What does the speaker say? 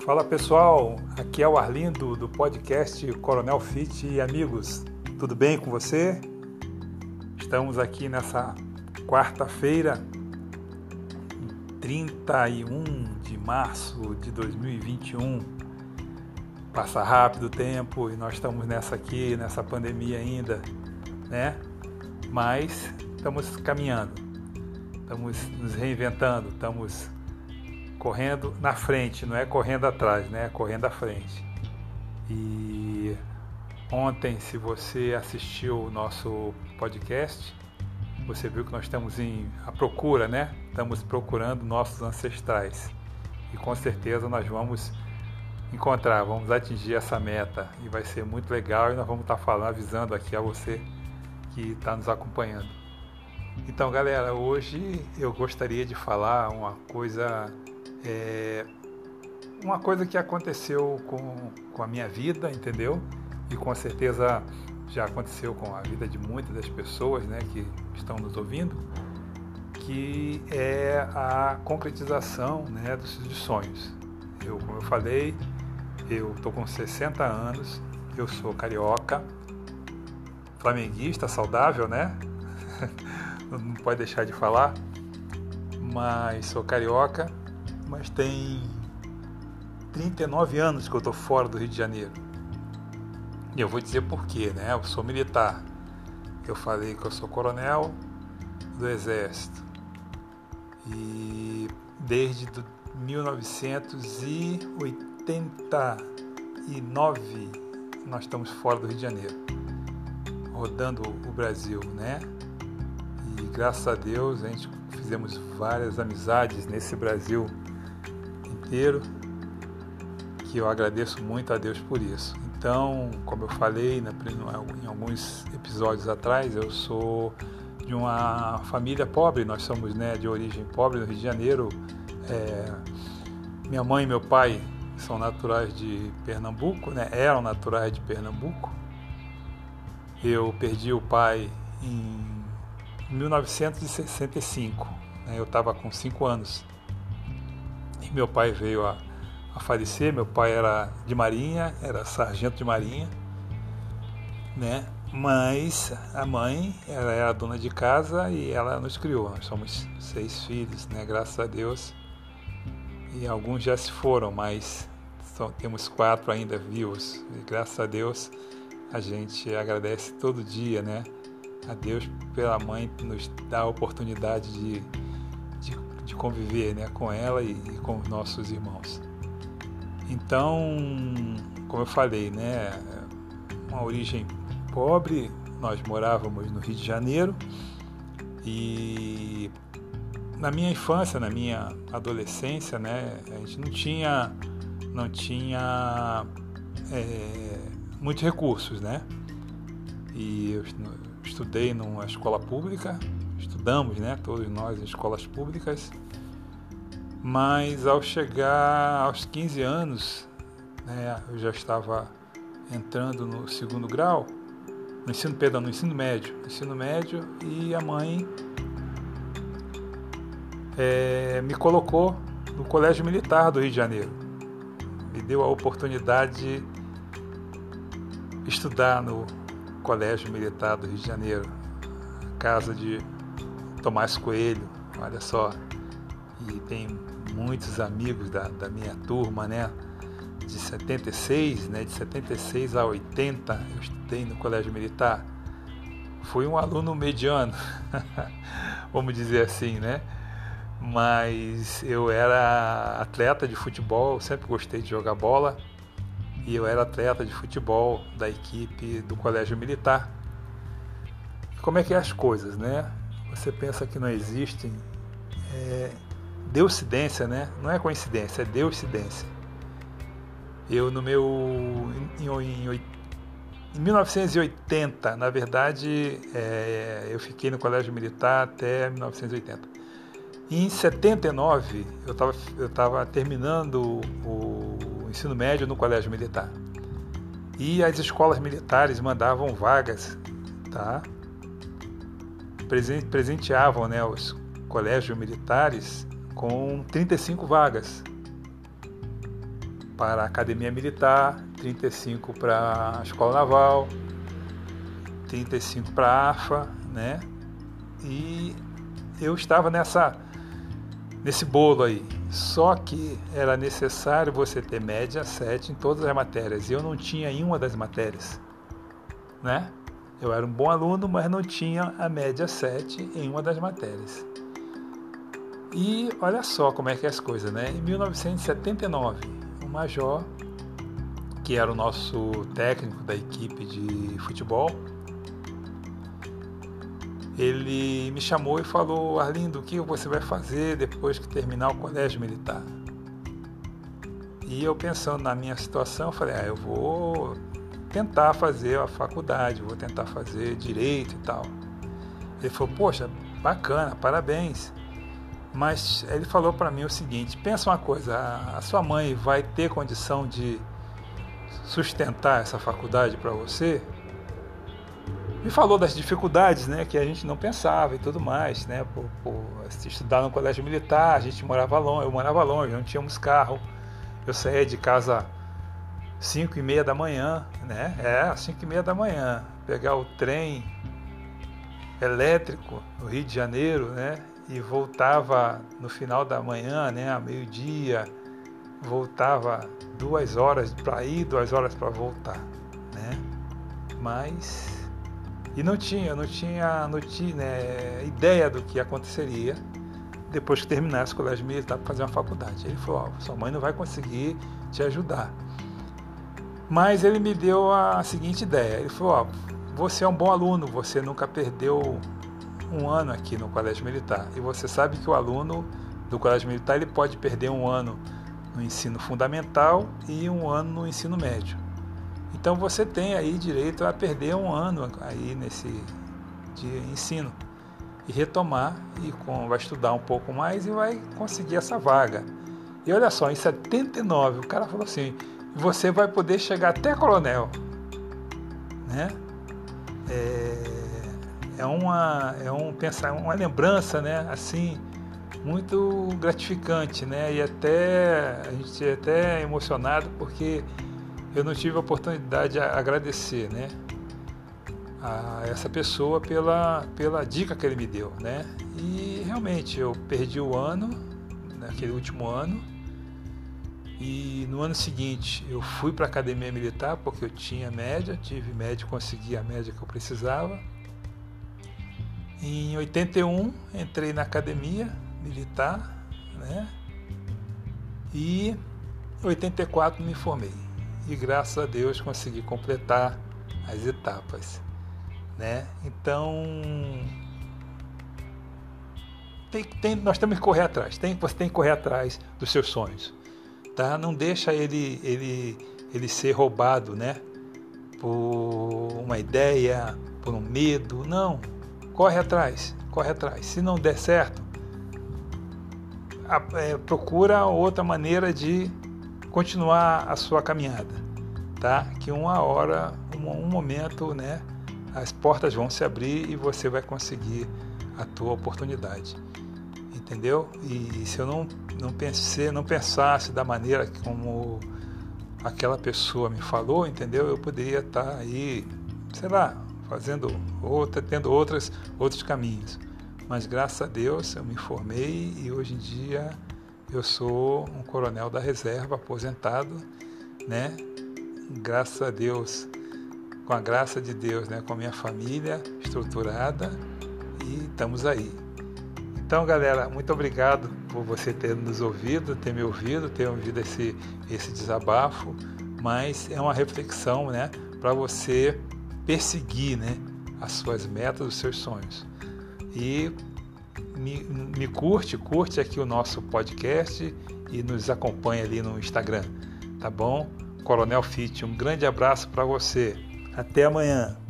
Fala pessoal, aqui é o Arlindo do podcast Coronel Fit e amigos, tudo bem com você? Estamos aqui nessa quarta-feira, 31 de março de 2021. Passa rápido o tempo e nós estamos nessa pandemia ainda, né? Mas estamos caminhando, estamos nos reinventando, estamos correndo na frente, não é correndo atrás, né? É correndo à frente. E ontem, se você assistiu o nosso podcast, você viu que nós estamos à procura, né? Estamos procurando nossos ancestrais. E com certeza nós vamos encontrar, vamos atingir essa meta. E vai ser muito legal e nós vamos estar falando, avisando aqui a você que está nos acompanhando. Então, galera, hoje eu gostaria de falar uma coisa que aconteceu com a minha vida, entendeu? E com certeza já aconteceu com a vida de muitas das pessoas, né, que estão nos ouvindo, que é a concretização, né, dos sonhos. Como eu falei, eu estou com 60 anos, eu sou carioca, flamenguista, saudável, né? Não pode deixar de falar, mas sou carioca, mas tem 39 anos que eu estou fora do Rio de Janeiro. E eu vou dizer por quê, né? Eu sou militar. Eu falei que eu sou coronel do Exército. E desde 1989 nós estamos fora do Rio de Janeiro, rodando o Brasil, né? E graças a Deus a gente fizemos várias amizades nesse Brasil inteiro, que eu agradeço muito a Deus por isso. Então, como eu falei em alguns episódios atrás, eu sou de uma família pobre, nós somos, né, de origem pobre no Rio de Janeiro. Minha mãe e meu pai são naturais de Pernambuco, né, eram naturais de Pernambuco. Eu perdi o pai em 1965, né, eu estava com 5 anos. E meu pai veio a falecer. Meu pai era de marinha, era sargento de marinha, né? Mas a mãe, ela era dona de casa e ela nos criou. Nós somos 6 filhos, né? Graças a Deus. E alguns já se foram, mas temos 4 ainda vivos. E graças a Deus a gente agradece todo dia, né? A Deus pela mãe nos dar a oportunidade de conviver, né, com ela e com os nossos irmãos. Então, como eu falei, né, uma origem pobre, nós morávamos no Rio de Janeiro e na minha infância, na minha adolescência, né, a gente não tinha muitos recursos, né, e eu estudei numa escola pública, estudamos, né, todos nós em escolas públicas, mas ao chegar aos 15 anos, né, eu já estava entrando no segundo grau, no ensino médio, e a mãe me colocou no Colégio Militar do Rio de Janeiro, me deu a oportunidade de estudar no Colégio Militar do Rio de Janeiro, casa de Tomás Coelho, olha só, e tem muitos amigos da minha turma, né, de 76, né, de 76 a 80, eu estudei no Colégio Militar. Fui um aluno mediano, vamos dizer assim, né, mas eu era atleta de futebol, sempre gostei de jogar bola, e eu era atleta de futebol da equipe do Colégio Militar. Como é que é as coisas, né? Você pensa que não existem, Deuscidência, né? Não é coincidência, é Deuscidência. Eu em 1980, na verdade, eu fiquei no Colégio Militar até 1980. E em 79, eu estava terminando o ensino médio no Colégio Militar. E as escolas militares mandavam vagas, tá? Presenteavam, né, os colégios militares com 35 vagas. para a Academia Militar, 35 para a Escola Naval, 35 para a AFA, né? E eu estava nesse bolo aí. Só que era necessário você ter média 7 em todas as matérias. E eu não tinha em uma das matérias, né? Eu era um bom aluno, mas não tinha a média 7 em uma das matérias. E olha só como é que é as coisas, né? Em 1979, o Major, que era o nosso técnico da equipe de futebol, ele me chamou e falou: Arlindo, o que você vai fazer depois que terminar o colégio militar? E eu pensando na minha situação, falei: eu vou tentar fazer a faculdade, vou tentar fazer direito e tal. Ele falou: poxa, bacana, parabéns. Mas ele falou para mim o seguinte: pensa uma coisa, a sua mãe vai ter condição de sustentar essa faculdade para você? Me falou das dificuldades, né, que a gente não pensava e tudo mais, né, por estudar no colégio militar, a gente morava longe, eu morava longe, não tínhamos carro, eu saía de casa 5h30 da manhã, né, 5h30 da manhã, pegar o trem elétrico no Rio de Janeiro, né, e voltava no final da manhã, né, a meio-dia, voltava 2 horas para ir, 2 horas para voltar, né, mas... E não tinha ideia do que aconteceria depois que terminasse o colégio militar para fazer uma faculdade. Ele falou: sua mãe não vai conseguir te ajudar. Mas ele me deu a seguinte ideia. Ele falou: você é um bom aluno, você nunca perdeu um ano aqui no colégio militar. E você sabe que o aluno do colégio militar ele pode perder um ano no ensino fundamental e um ano no ensino médio. Então você tem aí direito a perder um ano aí nesse de ensino e retomar e vai estudar um pouco mais e vai conseguir essa vaga. E olha só, em 79 o cara falou assim: você vai poder chegar até coronel, né? Uma lembrança, né? Assim, muito gratificante, né? E a gente é até emocionado porque eu não tive a oportunidade de agradecer, né, a essa pessoa pela dica que ele me deu, né? E realmente eu perdi o ano, naquele último ano, e no ano seguinte eu fui para a Academia Militar porque eu tinha média, tive média e consegui a média que eu precisava. Em 81 entrei na Academia Militar, né? E em 84 me formei. E graças a Deus consegui completar as etapas, né? Então nós temos que correr atrás. Você tem que correr atrás dos seus sonhos, tá? Não deixa ele ser roubado, né? Por uma ideia, por um medo. Não, corre atrás. Se não der certo, procura outra maneira de continuar a sua caminhada, tá? Que uma hora, um momento, né, as portas vão se abrir e você vai conseguir a tua oportunidade, entendeu? E se eu não pensasse da maneira como aquela pessoa me falou, entendeu? Eu poderia estar aí, sei lá, tendo outros caminhos. Mas graças a Deus eu me formei e hoje em dia eu sou um coronel da reserva, aposentado, né? Graças a Deus, com a graça de Deus, né? Com a minha família estruturada e estamos aí. Então, galera, muito obrigado por você ter nos ouvido, ter ouvido esse desabafo, mas é uma reflexão, né? Para você perseguir, né? As suas metas, os seus sonhos. E me curte aqui o nosso podcast e nos acompanha ali no Instagram, tá bom? Coronel Fit, um grande abraço para você. Até amanhã.